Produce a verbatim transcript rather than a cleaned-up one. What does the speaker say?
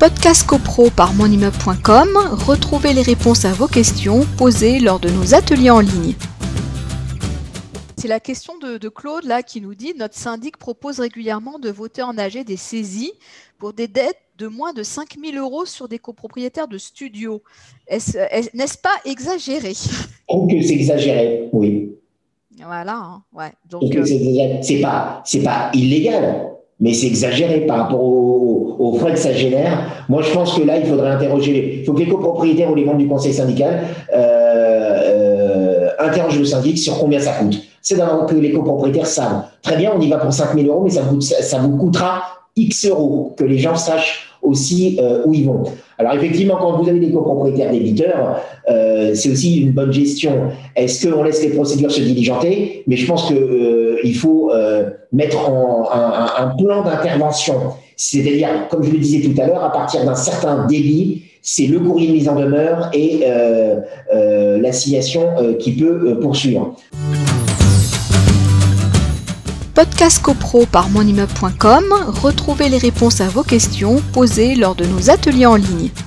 Podcast CoPro par monimmeuble point com, retrouvez les réponses à vos questions posées lors de nos ateliers en ligne. C'est la question de, de Claude là qui nous dit « Notre syndic propose régulièrement de voter en A G des saisies pour des dettes de moins de cinq mille euros sur des copropriétaires de studios. Est-ce, est, n'est-ce pas exagéré ?» Je trouve que c'est exagéré, oui. Voilà, hein, ouais. Donc, euh... c'est, c'est, pas, c'est pas illégal, mais c'est exagéré par rapport aux, aux frais que ça génère. Moi, je pense que là, il faudrait interroger, il faut que les copropriétaires ou les membres du conseil syndical euh, euh, interrogent le syndic sur combien ça coûte. C'est d'abord que les copropriétaires savent. Très bien, on y va pour cinq mille euros, mais ça vous, ça, ça vous coûtera X euros, que les gens sachent aussi euh, où ils vont. Alors effectivement, quand vous avez des copropriétaires débiteurs, euh, c'est aussi une bonne gestion. Est-ce qu'on laisse les procédures se diligenter ? Mais je pense qu'il euh, faut euh, mettre en, un, un plan d'intervention. C'est-à-dire, comme je le disais tout à l'heure, à partir d'un certain débit, c'est le courrier de mise en demeure et euh, euh, l'assignation euh, qui peut euh, poursuivre. Podcast CoPro par monimmeuble point com, retrouvez les réponses à vos questions posées lors de nos ateliers en ligne.